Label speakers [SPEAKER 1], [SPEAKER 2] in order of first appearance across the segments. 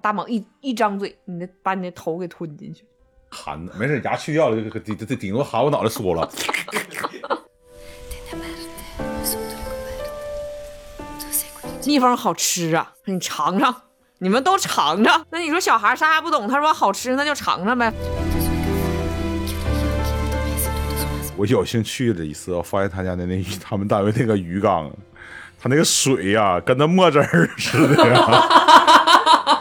[SPEAKER 1] 大蟒一张嘴，把你的头给吞进去。
[SPEAKER 2] 含的没事，牙去掉了，这顶多含我脑袋缩了。
[SPEAKER 1] 蜜蜂好吃啊，你尝尝，你们都尝尝。那你说小孩啥也不懂，他说好吃，那就尝尝呗。
[SPEAKER 2] 我有幸去了一次，我发现他家的他们单位那个鱼缸，他那个水呀、跟那墨汁儿似的呀。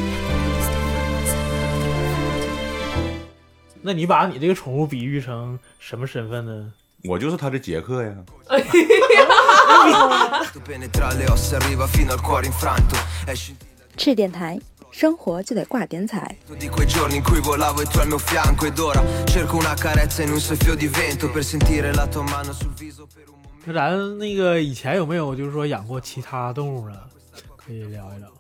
[SPEAKER 3] 那你把你这个宠物比喻成什么身份呢？
[SPEAKER 2] 我就是他的杰克呀。
[SPEAKER 4] 赤电台，生活就得挂点彩。
[SPEAKER 3] 那咱那个以前有没有就是说养过其他动物呢？可以聊一聊。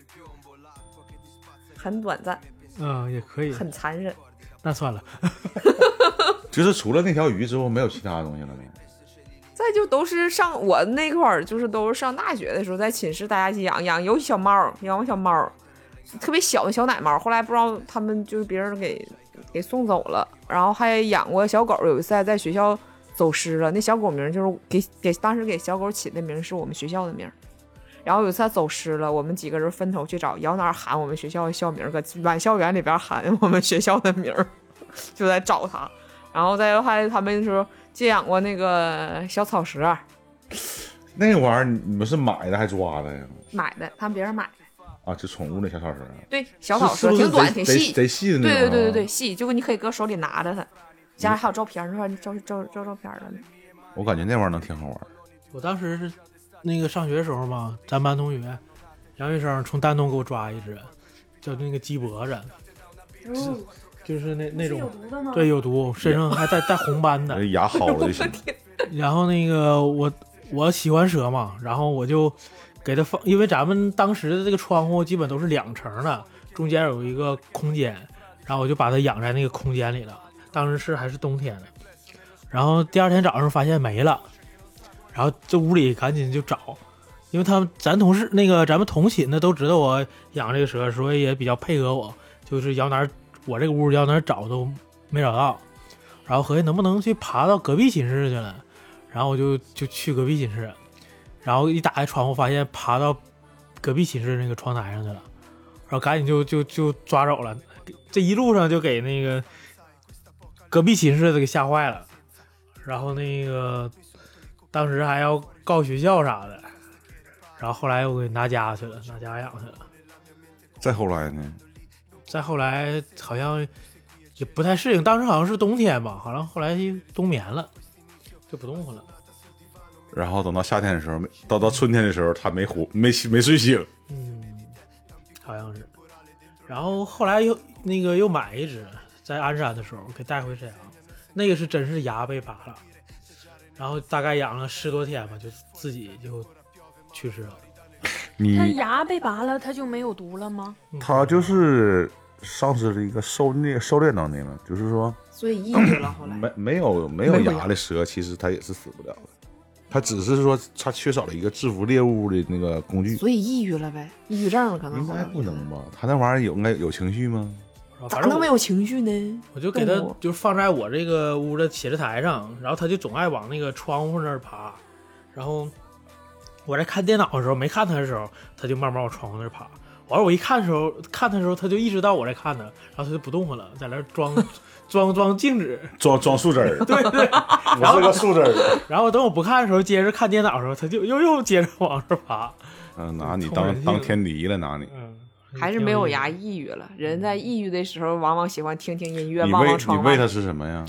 [SPEAKER 1] 很短暂，
[SPEAKER 3] 也可以。
[SPEAKER 1] 很残忍。
[SPEAKER 3] 那算了。
[SPEAKER 2] 就是除了那条鱼之后，没有其他东西了吗？
[SPEAKER 1] 再就都是上我那块儿，就是都是上大学的时候，在寝室大家一起养有小猫，养小猫，特别小的小奶猫。后来不知道他们就是别人给送走了，然后还养过小狗。有一次在学校走失了，那小狗名就是当时给小狗起的名是我们学校的名。然后有一次它走失了，我们几个人分头去找，摇哪喊我们学校的校名，搁满校园里边喊我们学校的名，就在找它。然后再还他们说借养过那个小草蛇，
[SPEAKER 2] 那玩意儿你们是买的还抓的呀？
[SPEAKER 1] 买的，他们别人买的
[SPEAKER 2] 啊，就宠物那小草蛇。
[SPEAKER 1] 对，小草蛇挺短挺细，
[SPEAKER 2] 贼细的那种。
[SPEAKER 1] 对，细，就你可以搁手里拿着它。家里还有照片呢，照片了呢。
[SPEAKER 2] 我感觉那玩意儿能挺好玩。
[SPEAKER 3] 我当时是那个上学的时候嘛，咱班同学杨医生从丹东给我抓一只，叫那个鸡脖子。就是那种，对，有毒，身上还带红斑的，
[SPEAKER 2] 牙好了就行。
[SPEAKER 3] 然后那个我喜欢蛇嘛，然后我就给它放，因为咱们当时的这个窗户基本都是2层的，中间有一个空间，然后我就把它养在那个空间里了。当时还是冬天的，然后第二天早上发现没了，然后这屋里赶紧就找，因为咱们同寝的都知道我养这个蛇，所以也比较配合我，就是我这个屋要哪儿找都没找到，然后合计能不能去爬到隔壁寝室去了，然后我就去隔壁寝室，然后一打开窗户发现爬到隔壁寝室那个窗台上去了，然后赶紧就抓走了，这一路上就给那个隔壁寝室的给吓坏了，然后那个当时还要告学校啥的，然后后来我给拿家去了，拿家养去了。
[SPEAKER 2] 再后来呢？
[SPEAKER 3] 再后来好像也不太适应，当时好像是冬天吧，好像后来冬眠了，就不动了。
[SPEAKER 2] 然后等到夏天的时候，到春天的时候，他没睡醒。
[SPEAKER 3] 好像是。然后后来又买一只，在鞍山的时候给带回沈阳，那个是真是牙被拔了，然后大概养了10多天吧，就自己就去世了。
[SPEAKER 5] 他牙被拔了，他就没有毒了吗？
[SPEAKER 2] 他就是丧失了一个狩猎能力了，就是说，
[SPEAKER 1] 所以抑郁了。后来
[SPEAKER 2] 没有牙的蛇，其实它也是死不了的，它只是说它缺少了一个制服猎物的那个工具，
[SPEAKER 1] 所以抑郁了呗，抑郁症可能。
[SPEAKER 2] 应该不能吧？他那玩意儿应该有情绪吗？
[SPEAKER 1] 咋能没有情绪呢？
[SPEAKER 3] 我就给它就放在我这个屋的写字台上，然后它就总爱往那个窗户那儿爬，然后我在看电脑的时候没看它的时候，它就慢慢往窗户那儿爬。完了我一看的时候，它就意识到我在看它，然后它就不动了，在那装静止，
[SPEAKER 2] 装树枝儿。
[SPEAKER 3] 对，
[SPEAKER 2] 我是个树枝儿。
[SPEAKER 3] 然后等我不看的时候，接着看电脑的时候，它就又接着往这爬。
[SPEAKER 2] 拿你当天敌了，拿你。
[SPEAKER 1] 还是没有牙抑郁了。人在抑郁的时候，往往喜欢听听音乐，望望窗外。
[SPEAKER 2] 你喂它吃什么呀？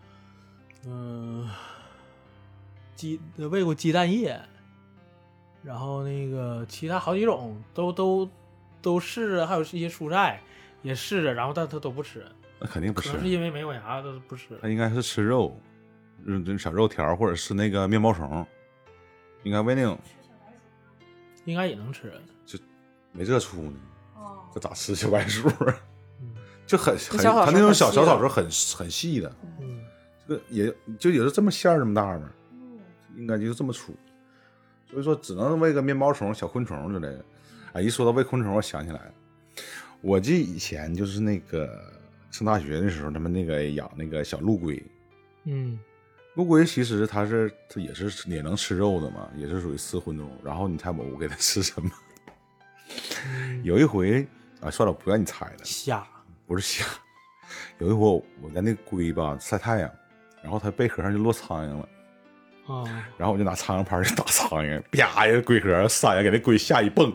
[SPEAKER 3] 喂过鸡蛋液，然后那个其他好几种都试着，还有一些蔬菜也试着，然后但它都不吃。
[SPEAKER 2] 那肯定不吃，
[SPEAKER 3] 可能是因为没有牙都不吃。
[SPEAKER 2] 它应该是吃肉，小肉条或者是那个面包虫，应该喂那种。
[SPEAKER 3] 应该也能吃，
[SPEAKER 2] 就没这出呢。这咋吃小白鼠？就很它那种小草蛇很细的，这个也是这么馅儿这么大嘛，应该就这么粗，所以说只能喂个面包虫、小昆虫之类的。哎，一说到喂昆虫，我想起来了， 我记得以前就是那个上大学的时候，他们那个养那个小陆龟。陆龟其实它也能吃肉的嘛，也是属于四荤动物。然后你猜我给它吃什么？有一回啊，算了，不让你猜了。
[SPEAKER 3] 虾？
[SPEAKER 2] 不是虾。有一回我在那龟吧晒太阳，然后它贝壳上就落苍蝇了。然后我就拿苍蝇拍去打苍蝇，啪一个龟壳扇下，给那龟吓一蹦。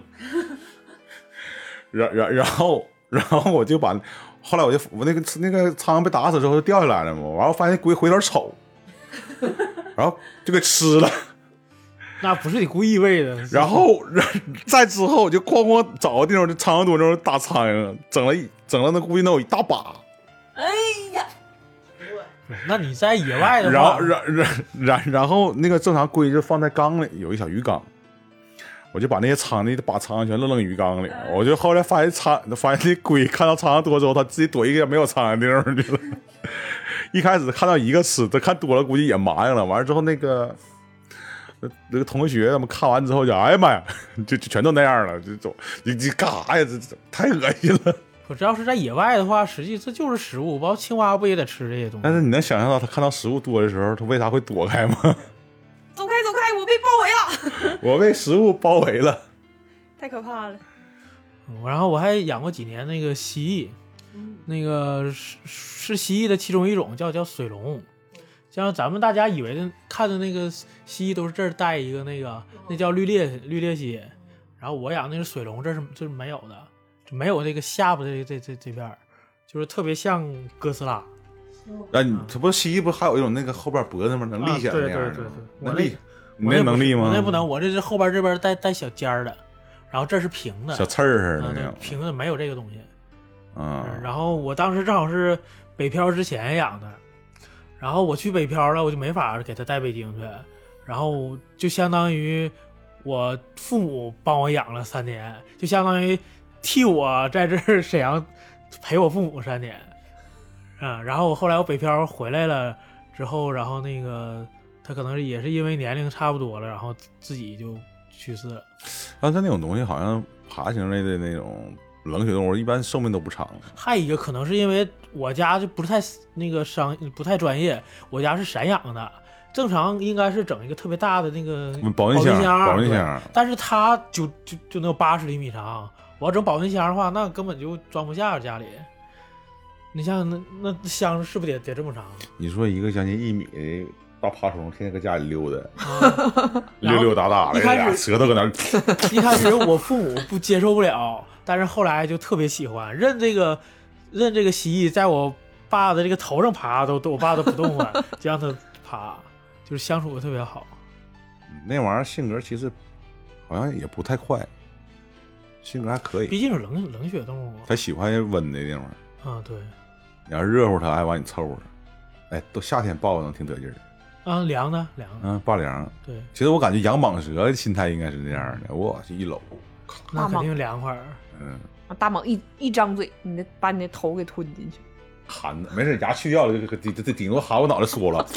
[SPEAKER 2] 然后我就把，后来我那个苍蝇被打死之后就掉下来了嘛，然后发现龟回头瞅，然后就给吃了。
[SPEAKER 3] 那不是你故意喂的。
[SPEAKER 2] 然后再之后我就哐哐找个地方就苍蝇多那种打苍蝇，整了那估计能有一大把。
[SPEAKER 5] 哎呀！
[SPEAKER 3] 那你在野外的话，
[SPEAKER 2] 然后那个正常龟就放在缸里，有一小鱼缸，我就把那些把苍蝇全扔鱼缸里。我就后来发现那龟看到苍蝇多之后，它自己躲一个没有苍蝇地方去了。一开始看到一个吃，它看多了估计也麻痒了。完了之后那个同学他们看完之后就哎呀妈呀，就全都那样了，就走你干啥呀？这太恶心了。
[SPEAKER 3] 可这要是在野外的话，实际这就是食物，包括青蛙不也得吃这些东西？
[SPEAKER 2] 但是你能想象到它看到食物多的时候，它为啥会躲开吗？
[SPEAKER 5] 走开，我被包围了！
[SPEAKER 2] 我被食物包围了，
[SPEAKER 5] 太可怕了。
[SPEAKER 3] 然后我还养过几年那个蜥蜴，那个是蜥蜴的其中一种，叫水龙。像咱们大家以为的看的那个蜥蜴都是这儿带一个那叫绿鬣蜥，然后我养那个水龙这是没有的。就没有那个下巴的这边，就是特别像哥斯拉。
[SPEAKER 2] 你这不蜥蜴不还有一种那个后边脖子吗？能立起来那样的？
[SPEAKER 3] 对，
[SPEAKER 2] 你那能立吗？
[SPEAKER 3] 我那不能，我这是后边这边带小尖儿的，然后这是平的，
[SPEAKER 2] 小刺儿似的那种。
[SPEAKER 3] 平的没有这个东西。然后我当时正好是北漂之前养的，然后我去北漂了，我就没法给它带北京去，然后就相当于我父母帮我养了3年，就相当于替我在这儿沈阳陪我父母3年，然后后来我北漂回来了之后，然后那个他可能也是因为年龄差不多了，然后自己就去世了。
[SPEAKER 2] 但是那种东西好像爬行类的那种冷血动物一般寿命都不长。
[SPEAKER 3] 还有一个可能是因为我家就不太不太专业，我家是散养的，正常应该是整一个特别大的那个
[SPEAKER 2] 保温箱，
[SPEAKER 3] 但是它就能有80厘米长。我要整保温箱的话，那根本就装不下家里。你像那箱是不是得这么长？
[SPEAKER 2] 你说一个将近1米的大爬虫，天天搁家里溜达，溜达的，
[SPEAKER 3] 一开始
[SPEAKER 2] 舌头搁那。
[SPEAKER 3] 一开始我父母不接受不了，但是后来就特别喜欢，认这个蜥蜴在我爸的这个头上爬，我爸都不动弹，就让他爬，就是相处的特别好。
[SPEAKER 2] 那玩意儿性格其实好像也不太坏。性格还可以，
[SPEAKER 3] 毕竟是冷血动物，
[SPEAKER 2] 他喜欢温的地方。
[SPEAKER 3] 对。
[SPEAKER 2] 你要热乎他，爱往你凑合。哎，都夏天抱能挺得劲儿。
[SPEAKER 3] 凉的。
[SPEAKER 2] 拔凉。
[SPEAKER 3] 对。
[SPEAKER 2] 其实我感觉养蟒蛇的心态应该是这样的，我去一搂，
[SPEAKER 3] 那肯定凉快。
[SPEAKER 1] 大蟒一张嘴，把你的头给吞进去。
[SPEAKER 2] 含的没事，牙去掉了，顶多含我脑袋缩了。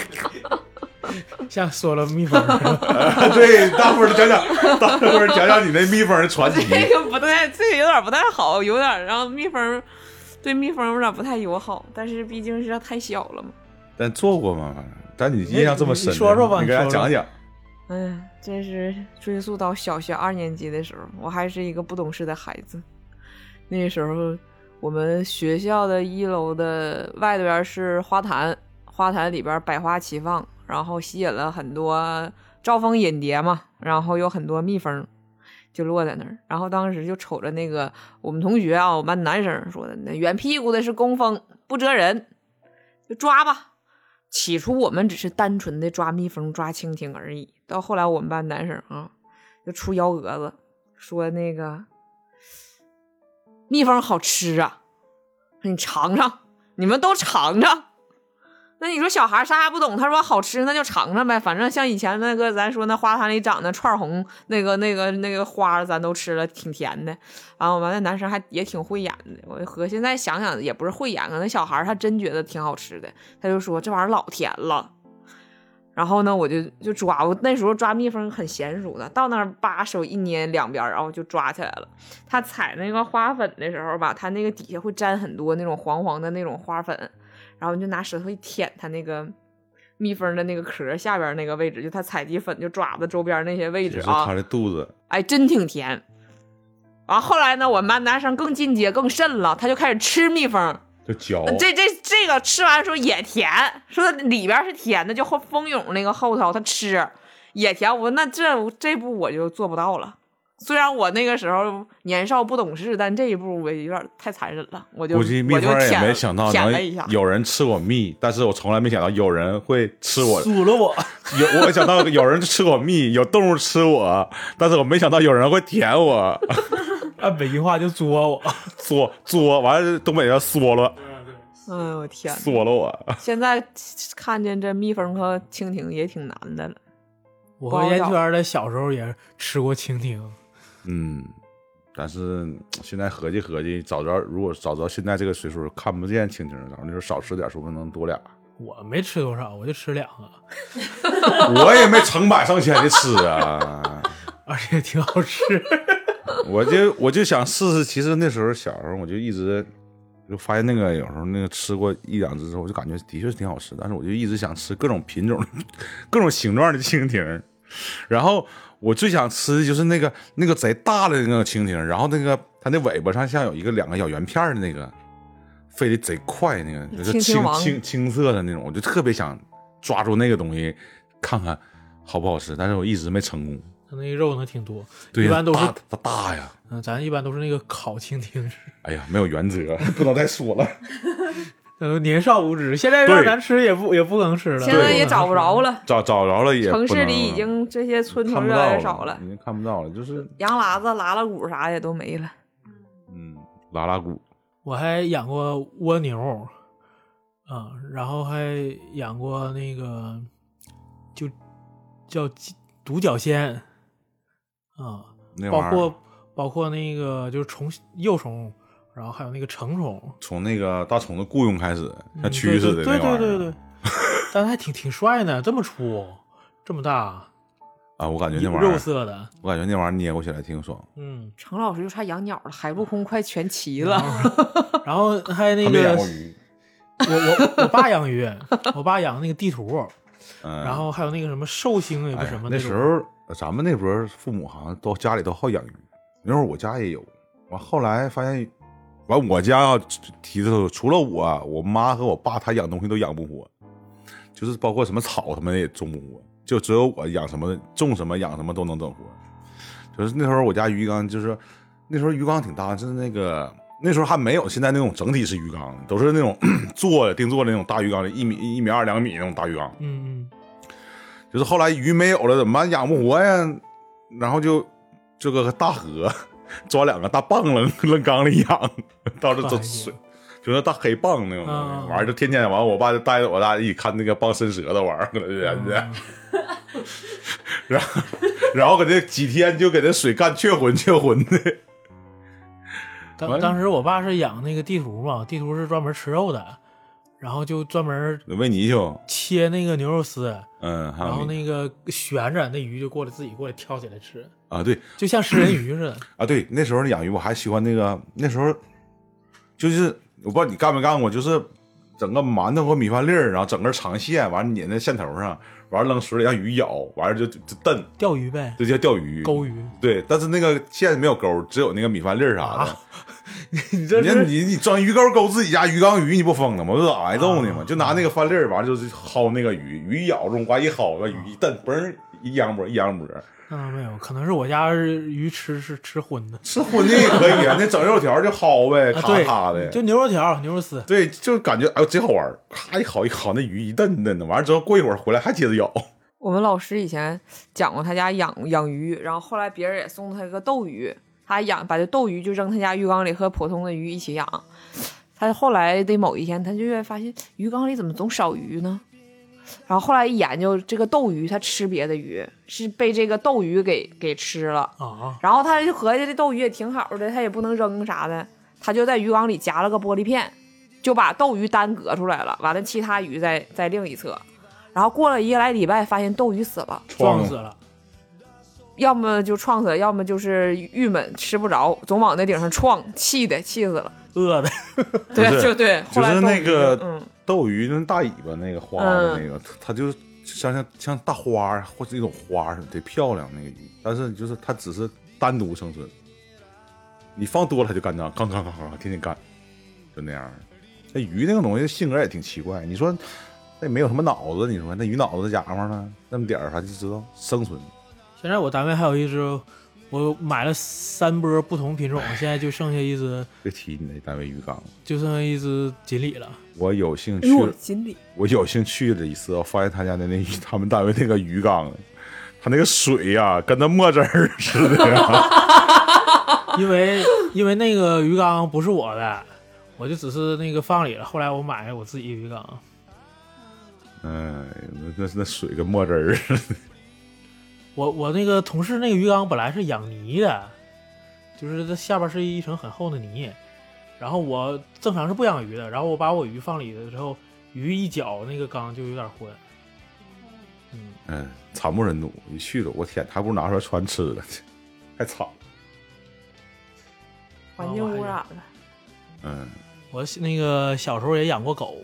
[SPEAKER 3] 像说了蜜蜂
[SPEAKER 2] 对，大伙儿讲讲你那蜜蜂的传奇。
[SPEAKER 1] 这个有点不太好，有点让蜜蜂对蜜蜂有点不太友好，但是毕竟是太小了嘛。
[SPEAKER 2] 但做过嘛，反正但你印象这么深，
[SPEAKER 3] 你说说吧，
[SPEAKER 2] 你给大家讲讲。
[SPEAKER 1] 这是追溯到小学2年级的时候，我还是一个不懂事的孩子。那时候我们学校的1楼的外边是花坛，花坛里边百花齐放，然后吸引了很多招蜂引蝶嘛，然后有很多蜜蜂就落在那儿。然后当时就瞅着那个我们同学啊，我们班男生说的，那圆屁股的是工蜂，不蜇人，就抓吧。起初我们只是单纯的抓蜜蜂、抓蜻蜓而已，到后来我们班男生啊就出幺蛾子，说那个蜜蜂好吃啊，你尝尝，你们都尝尝。那你说小孩啥也不懂，他说好吃那就尝尝呗，反正像以前那个咱说那花坛里长的串红那个花咱都吃了，挺甜的。然后我们那男生还也挺会演的，我和现在想想也不是会演，可能小孩他真觉得挺好吃的，他就说这玩意儿老甜了。 然后呢，我就抓，我那时候抓蜜蜂很娴熟的，到那儿把手一捏两边，然后就抓起来了。他采那个花粉的时候吧，他那个底下会沾很多那种黄黄的那种花粉，然后你就拿舌头一舔它那个蜜蜂的那个壳下边那个位置，就它采集粉就爪子周边那些位置啊，
[SPEAKER 2] 它的肚子，
[SPEAKER 1] 哎，真挺甜。然后后来呢，我们班男生更进阶更甚了，他就开始吃蜜蜂。
[SPEAKER 2] 就嚼，
[SPEAKER 1] 这个吃完的时候也甜，说里边是甜的，就蜂蛹那个后头他吃也甜。我说那这步我就做不到了。虽然我那个时候年少不懂事，但这一步我有点太残忍了。我就
[SPEAKER 2] 估计蜜蜂也没想到
[SPEAKER 1] 能
[SPEAKER 2] 有人吃我蜜，但是我从来没想到有人会吃我，
[SPEAKER 3] 数了我。
[SPEAKER 2] 我想到有人吃我蜜，有动物吃我，但是我没想到有人会舔我。
[SPEAKER 3] 按北京话就作我，
[SPEAKER 2] 作，完了东北叫缩了。
[SPEAKER 1] 哎呦我天，
[SPEAKER 2] 缩了我！
[SPEAKER 1] 现在看见这蜜蜂和蜻蜓也挺难的了。
[SPEAKER 3] 我和烟圈的小时候也吃过蜻蜓，
[SPEAKER 2] 但是现在合计，如果早知道现在这个岁数看不见蜻蜓，然后那时候少吃点，说不定能多俩。
[SPEAKER 3] 我没吃多少，我就吃2个。
[SPEAKER 2] 我也没成百上千的吃啊，
[SPEAKER 3] 而且挺好吃。
[SPEAKER 2] 我就想试试，其实那时候小时候我就一直就发现那个有时候那个吃过1、2只之后，我就感觉的确是挺好吃，但是我就一直想吃各种品种、各种形状的蜻蜓。然后我最想吃的就是那个贼大的那个蜻蜓，然后那个它那尾巴上像有2个小圆片的那个，飞得贼快，那个就是青色的那种，我就特别想抓住那个东西看看好不好吃，但是我一直没成功。
[SPEAKER 3] 它那个肉呢挺多，
[SPEAKER 2] 对，
[SPEAKER 3] 一般都是
[SPEAKER 2] 它大呀。
[SPEAKER 3] 咱一般都是那个烤蜻蜓吃。
[SPEAKER 2] 哎呀，没有原则，不能再说了。
[SPEAKER 3] 年少无知，现在让咱吃也不能吃了。
[SPEAKER 1] 现在也找不着了，
[SPEAKER 2] 找着了也不能了。
[SPEAKER 1] 城市里已经这些村头越来越少了，
[SPEAKER 2] 已经看不到了，就是
[SPEAKER 1] 羊喇子、拉拉鼓啥也都没了。
[SPEAKER 2] 拉拉鼓。
[SPEAKER 3] 我还养过蜗牛，然后还养过那个就叫独角仙。包括那个就是幼虫，然后还有那个成虫，
[SPEAKER 2] 从那个大虫子雇佣开始，像蛆似的那玩意儿。
[SPEAKER 3] 对，但是还挺帅呢，这么粗，这么大
[SPEAKER 2] 啊！我感觉那玩意儿
[SPEAKER 3] 肉色的，
[SPEAKER 2] 我感觉那玩意儿捏过起来挺爽。
[SPEAKER 1] 程老师就差养鸟了，海陆空快全齐了。
[SPEAKER 3] 然后还那个，
[SPEAKER 2] 他没养过鱼。
[SPEAKER 3] 我爸养鱼，我爸养那个地图，然后还有那个什么寿星也不什么。
[SPEAKER 2] 那时候咱们那波父母好像家里都好养鱼。那会儿我家也有，完后来发现，完我家要提的时候，除了我妈和我爸，他养东西都养不活，就是包括什么草他们也种不活，就只有我养什么种什么养什么都能整活。就是那时候我家鱼缸，就是那时候鱼缸挺大，就是那时候还没有现在那种整体式鱼缸，都是那种定做的那种大鱼缸里1米、1米2、2米那种大鱼缸。就是后来鱼没有了，怎么办？养不活呀，然后就这个大河抓2个大蚌扔缸里养，到这这水，就那大黑蚌那种玩意儿，就天天完，我爸就带着我大一起看那个蚌伸舌的玩意儿，搁那研究，然后搁这几天就给这水干却浑的。
[SPEAKER 3] 当时我爸是养那个地图嘛，地图是专门吃肉的，然后就专门
[SPEAKER 2] 喂泥去
[SPEAKER 3] 切那个牛肉丝，
[SPEAKER 2] 然
[SPEAKER 3] 后那个悬着，那鱼就自己过来跳起来吃
[SPEAKER 2] 啊，对，
[SPEAKER 3] 就像食人鱼似的
[SPEAKER 2] 啊。对，那时候养鱼我还喜欢那时候就是我不知道你干没干过，就是整个馒头和米饭粒儿，然后整根长线，完了捻在线头上，完了扔水里让鱼咬，完了就蹬
[SPEAKER 3] 钓鱼呗，
[SPEAKER 2] 这叫钓鱼
[SPEAKER 3] 钩鱼。
[SPEAKER 2] 对，但是那个线没有钩，只有那个米饭粒儿啥的。
[SPEAKER 3] 你这
[SPEAKER 2] 你装鱼钩钩自己家鱼缸鱼，你不疯了吗？不是挨揍呢吗？就拿那个饭粒儿，完了就是薅那个鱼咬中，呱一薅，鱼一蹬，嘣一扬脖。
[SPEAKER 3] 没有，可能是我家鱼是吃荤的，
[SPEAKER 2] 吃荤的也可以啊。那整肉条就薅呗，咔咔的，
[SPEAKER 3] 就牛肉条、牛肉丝。
[SPEAKER 2] 对，就感觉哎呦贼好玩，咔一薅那鱼一蹬的，完了之后过一会儿回来还接着咬。
[SPEAKER 1] 我们老师以前讲过他家养鱼，然后后来别人也送他一个斗鱼。他把这斗鱼就扔他家鱼缸里和普通的鱼一起养，他后来的某一天他就越发现鱼缸里怎么总少鱼呢？然后后来一研究，这个斗鱼它吃别的鱼，是被这个斗鱼给吃了然后他就合计这斗鱼也挺好的，他也不能扔啥的，他就在鱼缸里夹了个玻璃片，就把斗鱼单隔出来了，完了其他鱼在另一侧。 然后过了1个来礼拜，发现斗鱼死了，
[SPEAKER 3] 撞死了，
[SPEAKER 1] 要么就撞死了，要么就是郁闷吃不着，总往那顶上撞，气死了，
[SPEAKER 3] 饿的。
[SPEAKER 1] 对，就对，后来
[SPEAKER 2] 就是那个斗鱼那大尾巴那个花的那个，它就像大花或者一种花似的，得漂亮那个鱼，但是就是它只是单独生存，你放多了它就干仗，刚天天干，就那样。那鱼那个东西性格也挺奇怪，你说那也没有什么脑子，你说那鱼脑子这家伙呢，那么点儿它就知道生存。
[SPEAKER 3] 现在我单位还有一只，我买了3波不同品种，现在就剩下一只。
[SPEAKER 2] 别提你那单位鱼缸，
[SPEAKER 3] 就剩下一只锦鲤了。
[SPEAKER 2] 我有幸去，
[SPEAKER 1] 锦鲤，
[SPEAKER 2] 我有幸去了一次，我发现他家的他们单位那个鱼缸，他那个水呀、跟那墨汁儿似的。
[SPEAKER 3] 因为那个鱼缸不是我的，我就只是那个放里了。后来我买了我自己鱼缸。
[SPEAKER 2] 那水跟墨汁儿似的。
[SPEAKER 3] 我那个同事那个鱼缸本来是养泥的，就是它下边是一层很厚的泥，然后我正常是不养鱼的，然后我把我鱼放里的之后，鱼一搅那个缸就有点浑。
[SPEAKER 2] 惨不忍睹，一去了，我天，还不如拿出来穿吃了，太惨了，
[SPEAKER 1] 环境污染了。
[SPEAKER 3] 我那个小时候也养过狗，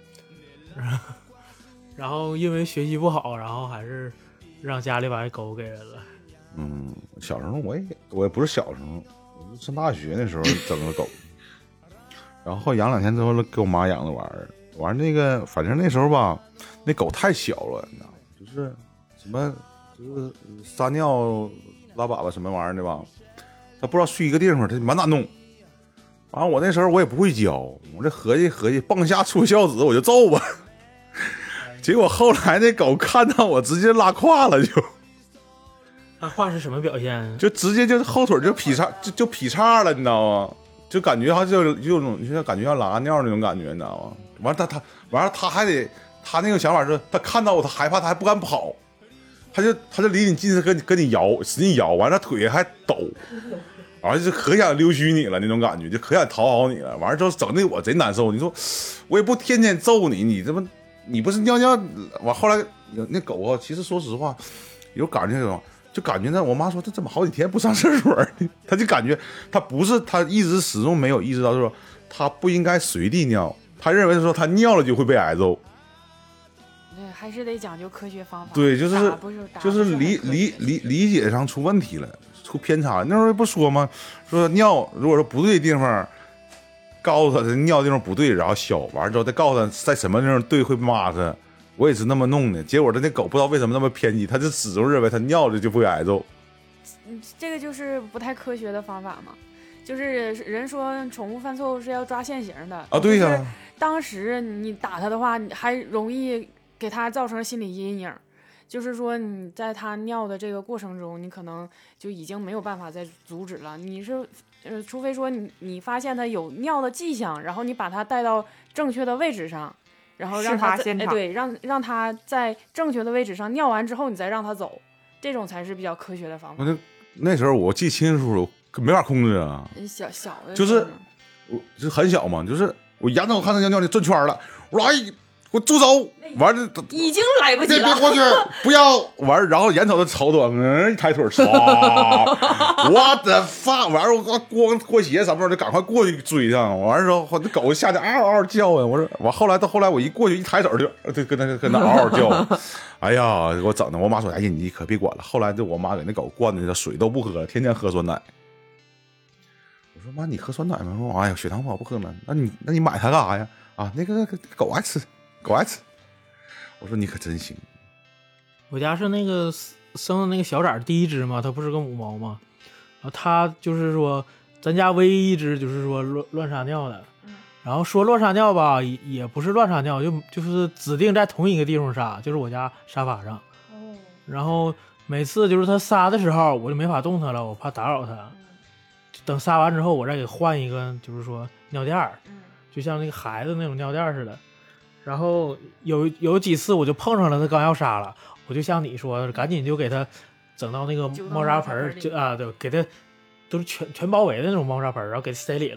[SPEAKER 3] 然后因为学习不好，然后还是让家里把狗给人了。
[SPEAKER 2] 小时候我也不是小时候，我上大学那时候整个狗，然后养2天之后给我妈养着玩那个，反正那时候吧，那狗太小了，你知道吗？就是什么就是撒尿拉粑粑什么玩意儿的吧，他不知道睡一个地方，他满哪弄。完了我那时候我也不会教，我这合计蹦下出孝子我就揍吧。结果后来那狗看到我直接拉胯了，就
[SPEAKER 3] 拉胯是什么表现？
[SPEAKER 2] 就直接就是后腿就劈叉，就劈叉了，你知道吗？就感觉好像就种感觉像拉尿那种感觉，你知道吗？完了他还得他那个想法是，他看到我他害怕，他还不敢跑，他就离你近，跟你摇，使劲摇，完了腿还抖，完了就可想溜须你了那种感觉，就可想讨好你了。完了之后整的我贼难受。你说我也不天天揍你，你这么你不是尿尿？完后来那狗啊，其实说实话有感觉那种。就感觉呢，我妈说这怎么好几天不上厕所呢？他就感觉他不是，他一直始终没有意识到，就是说他不应该随地尿，他认为说他尿了就会被挨揍。
[SPEAKER 5] 对，还是得讲究科学方法。
[SPEAKER 2] 对，就是理解上出问题了，出偏差。那时候不说吗？说尿如果说不对地方，告诉他尿地方不对，然后消完了之后再告诉他在什么地方对会骂他。我也是那么弄的，结果他那狗不知道为什么那么偏激，他就始终认为他尿了就不会挨揍。
[SPEAKER 5] 这个就是不太科学的方法嘛。就是人说宠物犯错误是要抓现行的
[SPEAKER 2] 啊，对呀、
[SPEAKER 5] 就是当时你打他的话，你还容易给他造成心理阴影。就是说你在他尿的这个过程中，你可能就已经没有办法再阻止了。你是除非说你发现他有尿的迹象，然后你把他带到正确的位置上。然后让他对让他在正确的位置上尿完之后，你再让他走，这种才是比较科学的方法。
[SPEAKER 2] 那时候我记清楚没法控制啊，
[SPEAKER 5] 小的
[SPEAKER 2] 就是我就是很小嘛，就是我眼瞅看他尿你转圈了，我说哎，给我住手！完了
[SPEAKER 5] 已经来不及了，
[SPEAKER 2] 别过去，不要完，然后眼瞅他朝端，一抬腿，唰，我的发，完了我过鞋什么就赶快过去追上，完了之后那狗吓得嗷嗷叫啊！我说完后来我一过去一抬手就跟那嗷嗷叫，哎呀，给我整的，我妈说哎呀你可别管了。后来就我妈给那狗灌的水都不喝了，天天喝酸奶。我说妈你喝酸奶吗？说哎呀血糖不好不喝了，那你买它干啥呀？啊那个狗爱吃。我说你可真行。
[SPEAKER 3] 我家是那个生的那个小崽第一只嘛，它不是个母猫嘛，然后它就是说咱家唯一一只就是说乱撒尿的，然后说乱撒尿吧也不是乱撒尿，就是指定在同一个地方撒，就是我家沙发上。然后每次就是它撒的时候我就没法动它了，我怕打扰它。等撒完之后我再给换一个就是说尿垫儿，就像那个孩子那种尿垫似的。然后有几次我就碰上了他刚要杀了，我就像你说赶紧就给他整到那个猫砂盆，就啊对，给他都是全包围的那种猫砂盆，然后给他塞里了，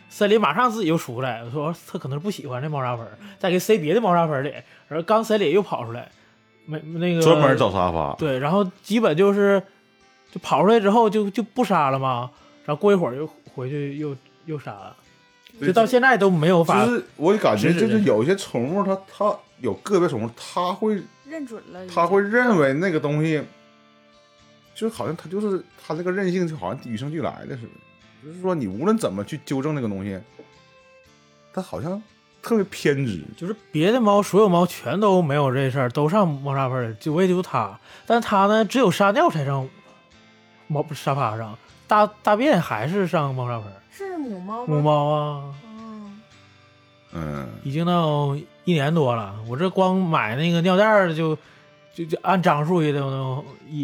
[SPEAKER 3] 森林马上自己又出来，我说他可能是不喜欢这猫砂盆，再给塞别的猫砂盆里，然后刚塞里又跑出来，没那个
[SPEAKER 2] 专门找沙发。
[SPEAKER 3] 对，然后基本就跑出来之后就不杀了嘛，然后过一会儿又回去又杀了，就到现在都没有法。
[SPEAKER 2] 就是我感觉就是有一些宠物它有个别宠物它会
[SPEAKER 5] 认准了，
[SPEAKER 2] 它会认为那个东西就好像它就是它这个韧性就好像与生俱来的似的。就是说，你无论怎么去纠正那个东西，它好像特别偏执。
[SPEAKER 3] 就是别的猫，所有猫全都没有这事儿，都上猫砂盆，就唯独它。但它呢，只有撒尿才上沙发上，大便还是上猫砂盆。
[SPEAKER 5] 是母猫吗？
[SPEAKER 3] 母猫啊。已经到1年多了。我这光买那个尿袋就按张数也得有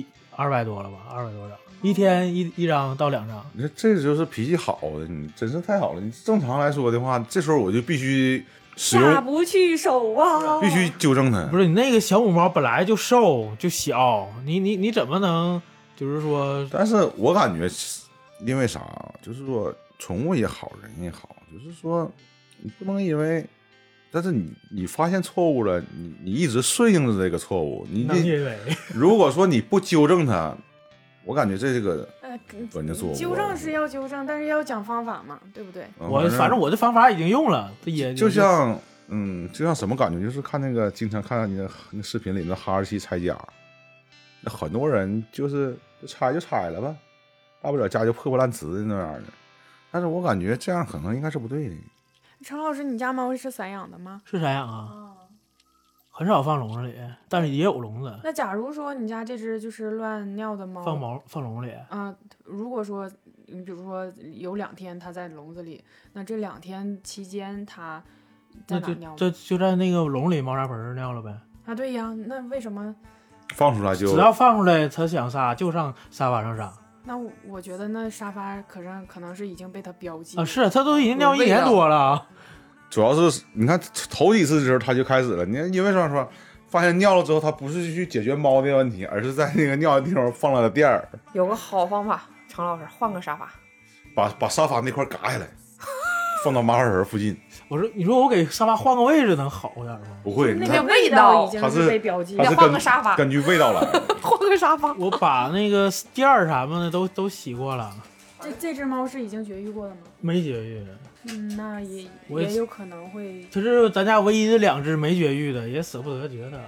[SPEAKER 3] 200多了吧，200多张。一天一张到2张，
[SPEAKER 2] 你说这就是脾气好的，你真是太好了。你正常来说的话，这时候我就必须使用，
[SPEAKER 5] 下不去手啊，
[SPEAKER 2] 必须纠正它。
[SPEAKER 3] 不是你那个小母猫本来就瘦就小，你怎么能就是说？
[SPEAKER 2] 但是我感觉，因为啥？就是说，宠物也好，人也好，就是说，你不能因为，但是你发现错误了，你一直顺应着这个错误，你如果说你不纠正它。我感觉这个本就做
[SPEAKER 5] 纠正是要纠正，但是要讲方法嘛，对不对？
[SPEAKER 3] 反正我的方法已经用了，也
[SPEAKER 2] 就像什么感觉？就是看那个经常看到你那视频里那哈士奇拆家，那很多人就是拆就拆了吧，大不了家就破烂瓷的那样的。但是我感觉这样可能应该是不对的。
[SPEAKER 5] 陈老师，你家猫是散养的吗？
[SPEAKER 3] 是散养啊。很少放笼子里，但是也有笼子。
[SPEAKER 5] 那假如说你家这只就是乱尿的猫，
[SPEAKER 3] 放笼里
[SPEAKER 5] 啊，如果说你比如说有2天它在笼子里，那这2天期间它在哪尿？
[SPEAKER 3] 就在那个笼里猫砂盆尿了呗。
[SPEAKER 5] 啊，对呀，那为什么
[SPEAKER 2] 放出来就
[SPEAKER 3] 只要放出来，它想撒就上沙发上撒？
[SPEAKER 5] 那我觉得那沙发可能是已经被它标记
[SPEAKER 3] 啊，是它都已经尿1年多了。
[SPEAKER 2] 主要是你看头几次的时候他就开始了，你看因为啥说发现尿了之后，他不是去解决猫的问题，而是在那个尿的地方放了个垫儿。
[SPEAKER 1] 有个好方法，程老师换个沙发，
[SPEAKER 2] 把沙发那块嘎下来，放到马耳盆附近。
[SPEAKER 3] 你说我给沙发换个位置能好点吗？
[SPEAKER 2] 不会，
[SPEAKER 5] 那个味道已经是被标记了。
[SPEAKER 1] 换个沙发，
[SPEAKER 2] 根据味道来。
[SPEAKER 1] 换个沙发，
[SPEAKER 3] 我把那个垫儿啥的都洗过了。
[SPEAKER 5] 这只猫是已经绝育过的吗？
[SPEAKER 3] 没绝育。
[SPEAKER 5] 那也有可能会。
[SPEAKER 3] 它是咱家唯一的2只没绝育的，也舍不得绝它。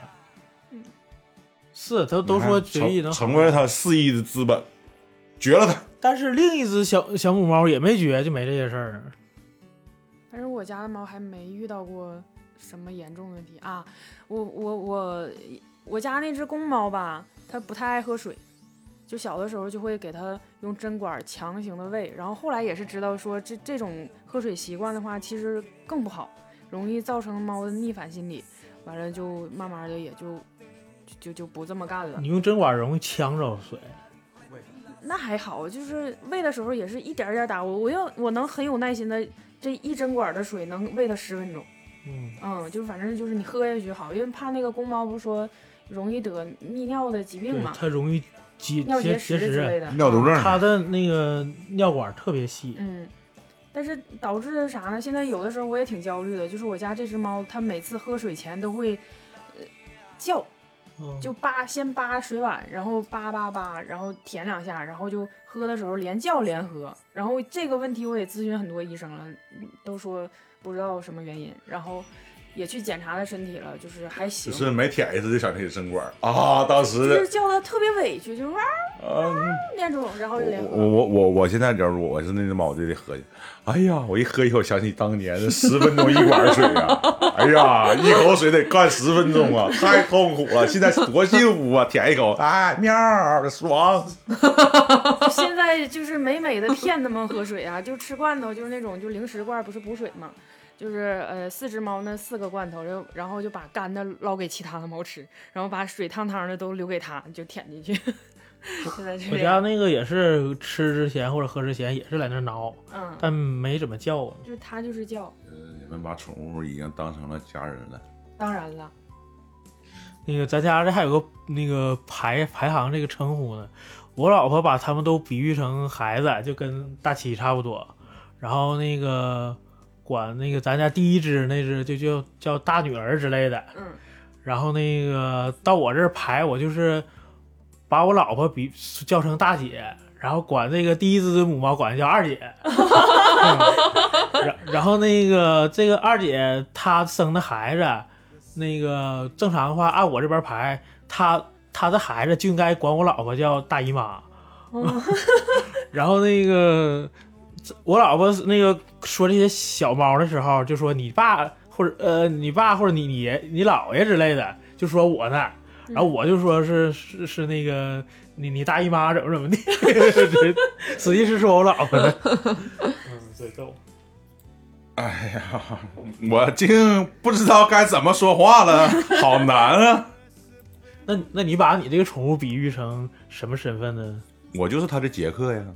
[SPEAKER 3] 是，都说绝育能
[SPEAKER 2] 成为了它4亿的资本，绝了它。
[SPEAKER 3] 但是另一只小母猫也没绝，就没这些事儿。
[SPEAKER 5] 反正我家的猫还没遇到过什么严重问题啊。我家那只公猫吧，它不太爱喝水。就小的时候就会给它用针管强行的喂，然后后来也是知道说这种喝水习惯的话其实更不好，容易造成猫的逆反心理，完了就慢慢的也就不这么干了。
[SPEAKER 3] 你用针管容易呛着水？
[SPEAKER 5] 那还好，就是喂的时候也是一点点打，我能很有耐心的，这一针管的水能喂它10分钟。就是反正就是你喝下去好，因为怕那个公猫不是说容易得泌尿的疾病嘛，
[SPEAKER 3] 它容易
[SPEAKER 5] 尿结石之类的，
[SPEAKER 2] 尿毒症，
[SPEAKER 3] 它的那个尿管特别细。
[SPEAKER 5] 但是导致的啥呢？现在有的时候我也挺焦虑的，就是我家这只猫，它每次喝水前都会叫，就先扒水碗，然后扒，然后舔2下，然后就喝的时候连叫连喝。然后这个问题我也咨询很多医生了，都说不知道什么原因，然后也去检查他身体了，就是还行。
[SPEAKER 2] 就是每舔一次就想起针管啊，当时
[SPEAKER 5] 就是叫他特别委屈，就是那种，然后就连喝。
[SPEAKER 2] 我现在假如我是那只猫，我就得喝去。哎呀，我一喝以后想起当年的10分钟1管水啊！哎呀，一口水得干10分钟啊，太痛苦了。现在多幸福啊，舔一口，哎，喵，爽。
[SPEAKER 5] 现在就是美美的骗他们喝水啊，就吃罐头，就是那种就零食罐，不是补水嘛。就是4只猫那4个罐头，然后就把干的捞给其他的猫吃，然后把水烫烫的都留给它，就舔进去。
[SPEAKER 3] 我家那个也是吃之前或者喝之前也是在那挠，但没怎么叫。
[SPEAKER 5] 就它就是叫。
[SPEAKER 2] 你们把宠物已经当成了家人了。
[SPEAKER 5] 当然了。
[SPEAKER 3] 那个咱家这还有个那个排行这个称呼呢，我老婆把他们都比喻成孩子，就跟大7差不多。 然后那个管那个咱家第一只那只就叫大女儿之类的，然后那个到我这儿排，我就是把我老婆叫成大姐，然后管这个第一只母猫管叫二姐，然后那个这个二姐她生的孩子，那个正常的话按我这边排，她的孩子就应该管我老婆叫大姨妈，然后那个我老婆那个说这些小猫的时候，就说你爸或者你爸或者你爷你姥爷之类的，就说我那儿，然后我就说是那个你大姨妈怎么的，实际是说我老婆的，最逗。
[SPEAKER 2] 哎呀，我竟不知道该怎么说话了，好难啊！
[SPEAKER 3] 那你把你这个宠物比喻成什么身份呢？
[SPEAKER 2] 我就是他的杰克呀。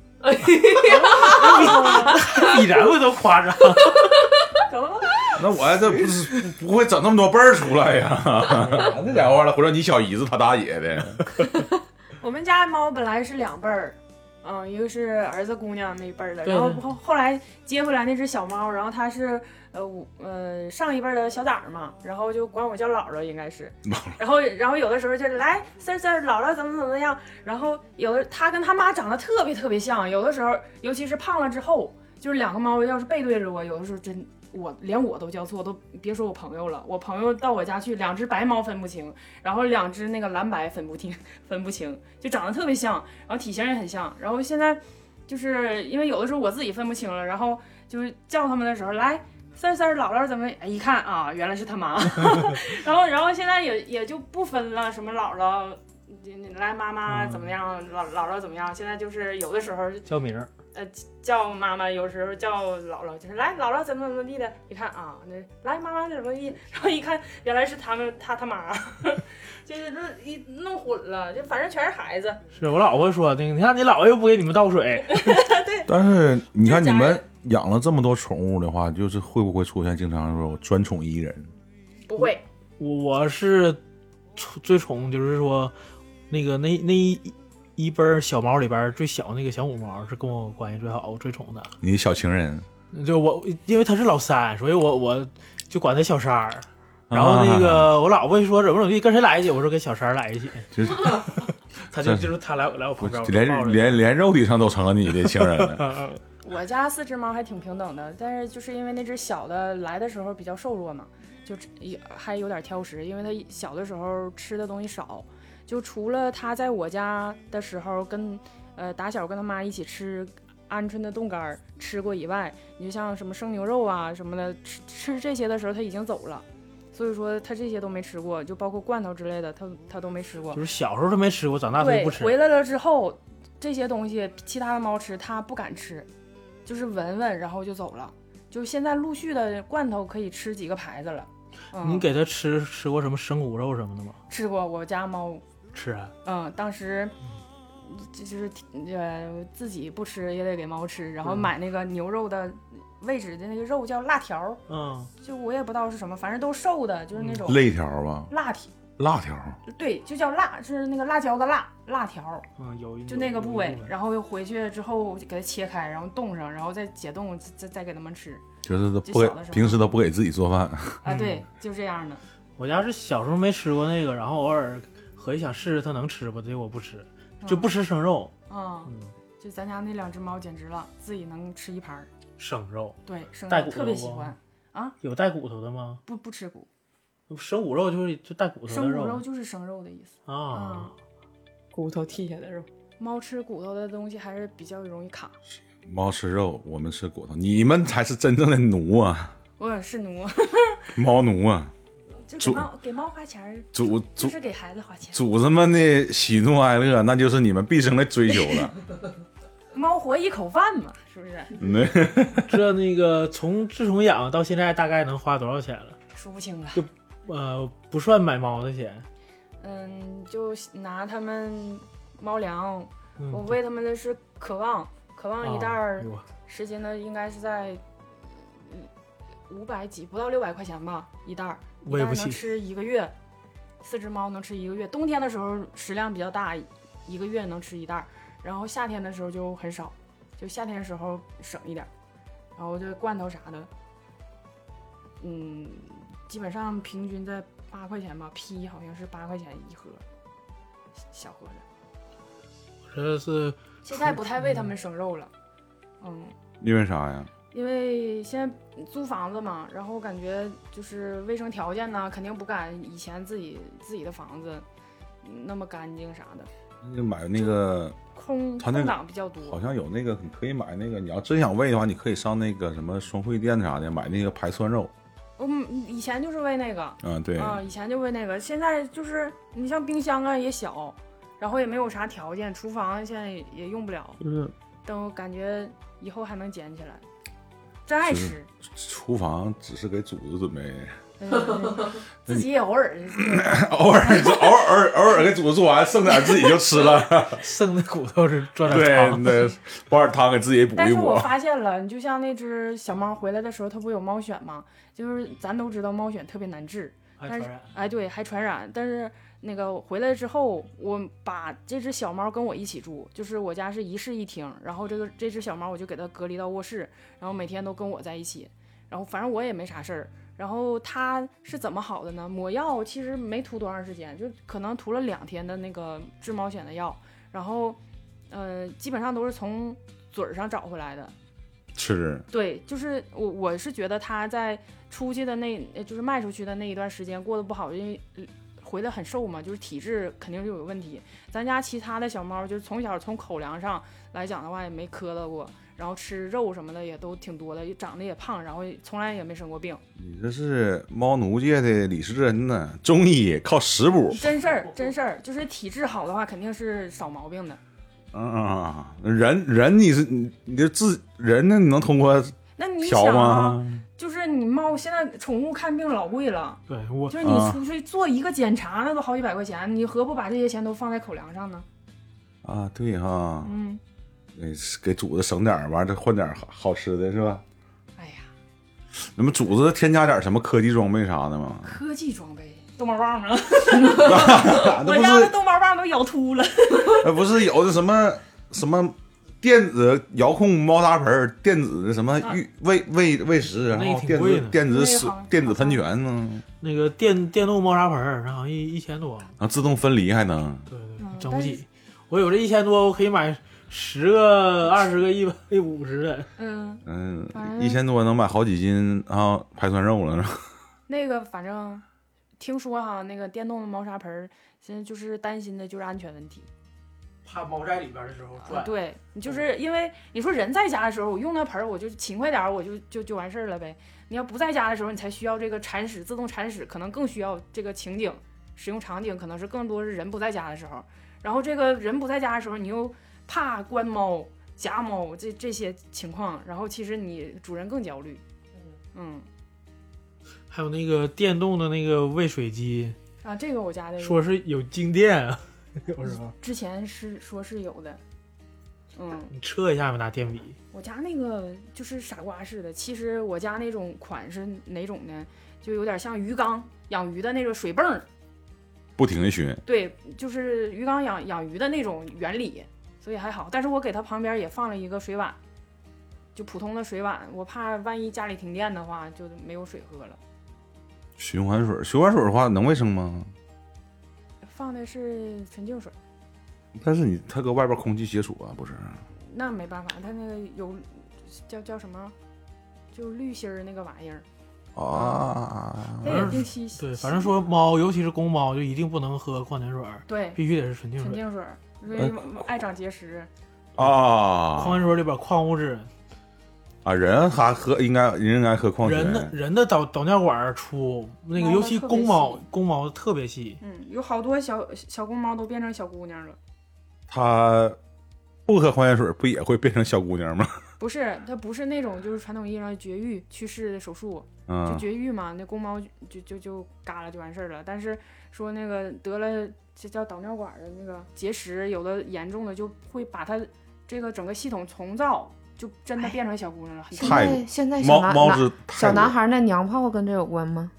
[SPEAKER 3] 比咱们都夸张。
[SPEAKER 2] 那我这不会整那么多辈儿出来呀？那家伙了，或者你小姨子他大爷的。
[SPEAKER 5] 我们家猫本来是2辈儿，一个是儿子姑娘那辈儿的，然后后来接回来那只小猫，然后它是上一辈的小崽儿嘛，然后就管我叫姥姥应该是，然后有的时候就来丝儿姥姥怎么样，然后有的它跟他妈长得特别像，有的时候尤其是胖了之后，就是2个猫要是背对着我，有的时候连我都叫错，都别说我朋友了。我朋友到我家去，2只白猫分不清，然后2只那个蓝白分不清，就长得特别像，然后体型也很像。然后现在就是因为有的时候我自己分不清了，然后就是叫他们的时候，来丝儿姥姥怎么？哎，一看啊，原来是他妈。然后现在也就不分了，什么姥姥来妈妈怎么样，姥姥怎么样？现在就是有的时候
[SPEAKER 3] 叫名儿。
[SPEAKER 5] 叫妈妈，有时候叫姥姥，就是来姥姥怎么地的，一看啊，那来妈妈怎么地，然后一看原来是他妈，就是一弄混了，就反正全是孩子。
[SPEAKER 3] 是我老婆说的，你看你姥爷又不给你们倒水。
[SPEAKER 5] 对。
[SPEAKER 2] 但是你看你们养了这么多宠物的话，就是会不会出现经常说专宠一人？
[SPEAKER 5] 不会，
[SPEAKER 3] 我是最宠，就是说那个那一辈小猫里边最小那个小母猫是跟我关系最好，我最宠的。
[SPEAKER 2] 你小情人？
[SPEAKER 3] 就我，因为他是老三，所以我就管他小三儿。然后那个我老婆说怎么地，跟谁来一起？我说跟小三儿来一起。他就是他来我旁边，
[SPEAKER 2] 连肉体上都成了你的情人了。
[SPEAKER 5] 我家4只猫还挺平等的，但是就是因为那只小的来的时候比较瘦弱嘛，就还有点挑食，因为它小的时候吃的东西少。就除了他在我家的时候打小跟他妈一起吃鹌鹑的冻干吃过以外，你就像什么生牛肉啊什么的，吃这些的时候他已经走了，所以说他这些都没吃过，就包括罐头之类的他都没吃过。
[SPEAKER 3] 就是小时候他没吃过，长大他就不吃。
[SPEAKER 5] 回来了之后，这些东西其他的猫吃，他不敢吃，就是闻闻然后就走了。就现在陆续的罐头可以吃几个牌子了。
[SPEAKER 3] 你给他吃过什么生骨肉什么的吗？
[SPEAKER 5] 吃过，我家猫
[SPEAKER 3] 吃
[SPEAKER 5] 啊。当时就是自己不吃也得给猫吃，然后买那个牛肉的位置的那个肉叫辣条，就我也不知道是什么，反正都瘦的，就是那种
[SPEAKER 2] 肋条吧，辣条，
[SPEAKER 5] 对，就叫辣，是那个辣椒的辣条，
[SPEAKER 3] 有
[SPEAKER 5] 就那个部位，然后又回去之后给它切开，然后冻上，然后再解冻，再给它们吃。
[SPEAKER 2] 就是平时都不给自己做饭
[SPEAKER 5] 啊，对，就这样的。
[SPEAKER 3] 我家是小时候没吃过那个，然后偶尔合计想试试它能吃不，结果不吃，就不吃生肉。
[SPEAKER 5] 就咱家那2只猫简直了，自己能吃一盘
[SPEAKER 3] 生肉。
[SPEAKER 5] 对，生肉特别喜欢啊。
[SPEAKER 3] 有带骨头的吗？
[SPEAKER 5] 不吃骨。
[SPEAKER 3] 生骨肉就带骨头的肉。
[SPEAKER 5] 生骨肉就是生肉的意思
[SPEAKER 3] 啊。
[SPEAKER 1] 骨头剔下的肉。
[SPEAKER 5] 猫吃骨头的东西还是比较容易卡。
[SPEAKER 2] 猫吃肉，我们吃骨头，你们才是真正的奴啊！
[SPEAKER 5] 我是奴，
[SPEAKER 2] 猫奴啊！
[SPEAKER 5] 就给猫花钱，就是给孩子花钱。
[SPEAKER 2] 主子们的喜怒哀乐，那就是你们毕生的追求了。
[SPEAKER 5] 猫活一口饭嘛，是不是？
[SPEAKER 3] 这那个自从养到现在，大概能花多少钱了？
[SPEAKER 5] 数不清了。
[SPEAKER 3] 就不算买猫的钱。
[SPEAKER 5] 就拿他们猫粮，我喂他们的是渴望一袋10斤的，应该是在500几，不到600块钱吧，一袋能吃1个月，4只猫能吃1个月。冬天的时候食量比较大，1个月能吃1袋，然后夏天的时候就很少，就夏天的时候省一点。 然后这罐头啥的，基本上平均在8块钱吧，批好像是8块钱一盒，小盒的。
[SPEAKER 3] 这是
[SPEAKER 5] 现在不太喂他们生肉了，
[SPEAKER 2] 因为啥呀？
[SPEAKER 5] 因为现在租房子嘛，然后感觉就是卫生条件呢，肯定不敢以前自己的房子那么干净啥的。
[SPEAKER 2] 你买那个
[SPEAKER 5] 空档比较多，
[SPEAKER 2] 好像有那个你可以买那个，你要真想喂的话，你可以上那个什么双汇店啥的买那个排蒜肉。
[SPEAKER 5] 以前就是喂那个，
[SPEAKER 2] 对
[SPEAKER 5] 以前就喂那个，现在就是你像冰箱啊也小，然后也没有啥条件，厨房现在也用不了，等我感觉以后还能捡起来。真爱吃，
[SPEAKER 2] 厨房只是给主子准备
[SPEAKER 5] 的，自己也偶尔
[SPEAKER 2] 偶尔给主子做完，剩点自己就吃了，
[SPEAKER 3] 剩的骨头是赚点汤，
[SPEAKER 2] 对，煲点汤给自己补一补。
[SPEAKER 5] 但是我发现了，你就像那只小猫回来的时候，它不有猫癣吗？就是咱都知道猫癣特别难治，但是对，还传染，但是那个回来之后，我把这只小猫跟我一起住，就是我家是一室一厅，然后这只小猫我就给它隔离到卧室，然后每天都跟我在一起，然后反正我也没啥事儿。然后它是怎么好的呢？抹药其实没涂多长时间，就可能涂了2天的那个治猫癣的药，然后基本上都是从嘴上找回来的。
[SPEAKER 2] 是，
[SPEAKER 5] 对，就是我是觉得它在出去的就是卖出去的那一段时间过得不好，因为回来很瘦嘛，就是体质肯定就有问题。咱家其他的小猫就是从小从口粮上来讲的话也没磕到过，然后吃肉什么的也都挺多的，长得也胖，然后从来也没生过病。
[SPEAKER 2] 你这是猫奴界的李时珍呢，中医靠食补。
[SPEAKER 5] 真事儿，就是体质好的话肯定是少毛病的。
[SPEAKER 2] 人你这人呢？你能通过
[SPEAKER 5] 那你
[SPEAKER 2] 调吗？
[SPEAKER 5] 就是你猫现在宠物看病老贵了，
[SPEAKER 3] 对，
[SPEAKER 5] 就是你出去做一个检查，那都好几百块钱，你何不把这些钱都放在口粮上呢？
[SPEAKER 2] 对哈，给主子省点，完这换点好吃的是吧？
[SPEAKER 5] 哎呀，
[SPEAKER 2] 那么主子添加点什么科技装备啥的吗？
[SPEAKER 5] 科技装备，逗猫棒啊！我家的逗猫棒都咬秃了。
[SPEAKER 2] 不是有的什么电子遥控猫砂盆，电子的什么喂食，然后电子喷泉呢？
[SPEAKER 3] 那个电动猫砂盆，然后1000多，
[SPEAKER 2] 然后自动分离还能。
[SPEAKER 3] 对，整不起。我有这1000多，我可以买10个、20个、150的。
[SPEAKER 2] 1000多能买好几斤排蒜肉了。
[SPEAKER 5] 那个反正听说哈，那个电动的猫砂盆现在就是担心的就是安全问题。
[SPEAKER 3] 怕猫在里边的时候转，
[SPEAKER 5] 对，就是因为你说人在家的时候，我用那盆我就勤快点，我就完事儿了呗。你要不在家的时候，你才需要这个铲屎，自动铲屎，可能更需要这个情景使用场景，可能是更多是人不在家的时候。然后这个人不在家的时候，你又怕关猫、夹猫这些情况，然后其实你主人更焦虑。
[SPEAKER 3] 还有那个电动的那个喂水机
[SPEAKER 5] 这个我家的
[SPEAKER 3] 说是有静电啊。有什么？
[SPEAKER 5] 之前是说是有的，
[SPEAKER 3] 你测一下吧，拿电笔。
[SPEAKER 5] 我家那个就是傻瓜式的，其实我家那种款是哪种呢？就有点像鱼缸养鱼的那个水泵，
[SPEAKER 2] 不停的熏。
[SPEAKER 5] 对，就是鱼缸养鱼的那种原理，所以还好。但是我给它旁边也放了一个水碗，就普通的水碗，我怕万一家里停电的话就没有水喝了。
[SPEAKER 2] 循环水的话能卫生吗？
[SPEAKER 5] 放的是纯净水，
[SPEAKER 2] 但是它搁外边空气接触不是？
[SPEAKER 5] 那没办法，它那个有叫什么，就滤芯儿那个玩意儿它也定期。
[SPEAKER 3] 对，反正说猫，尤其是公猫，就一定不能喝矿泉水，
[SPEAKER 5] 对，
[SPEAKER 3] 必须得是纯净
[SPEAKER 5] 水，因为爱长结石
[SPEAKER 3] 矿泉水里边矿物质。
[SPEAKER 2] 人还喝人应该喝矿泉水。
[SPEAKER 3] 人的导尿管粗，那个尤其公猫特别细。
[SPEAKER 5] 有好多小公猫都变成小姑娘了。
[SPEAKER 2] 它不喝矿泉水不也会变成小姑娘吗？
[SPEAKER 5] 不是，它不是那种就是传统意义上绝育去世的手术，就绝育嘛，那公猫就嘎了就完事儿了。但是说那个得了这叫导尿管的那个结石，有的严重的就会把它这个整个系统重造。就真的变成小姑娘了。
[SPEAKER 1] 现在
[SPEAKER 2] 小
[SPEAKER 1] 男孩那娘炮跟这有关吗？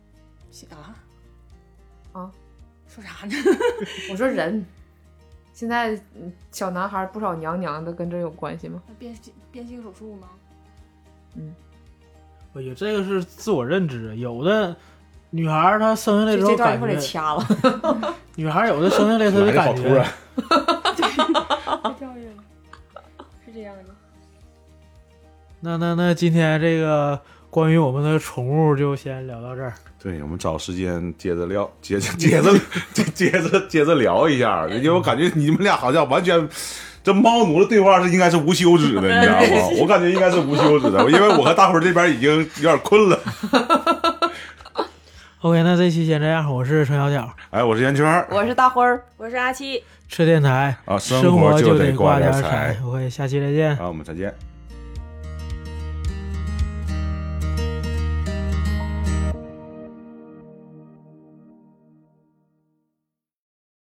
[SPEAKER 5] 说啥呢？
[SPEAKER 1] 我说人，现在小男孩不少娘的，跟这有关系吗？
[SPEAKER 5] 变性手术吗？
[SPEAKER 3] 我觉得这个是自我认知，有的女孩她生下来之后感觉，
[SPEAKER 1] 掐了。
[SPEAKER 3] 女孩有的生下来她的感觉，
[SPEAKER 5] 对，太跳跃了，是这样的。
[SPEAKER 3] 那今天这个关于我们的宠物就先聊到这儿。
[SPEAKER 2] 对，我们找时间接着聊，接着聊一下，因为我感觉你们俩好像完全。这猫奴的对话应该是无休止的，你知道吗？我感觉应该是无休止的，因为我和大辉这边已经有点困了。
[SPEAKER 3] OK， 那这期先这样，我是程小角，
[SPEAKER 2] 我是圆圈，
[SPEAKER 1] 我是大辉，
[SPEAKER 5] 我是阿七，
[SPEAKER 3] 吃电台
[SPEAKER 2] 生活就得挂点
[SPEAKER 3] 彩。OK， 下期再见。
[SPEAKER 2] 好，我们再见。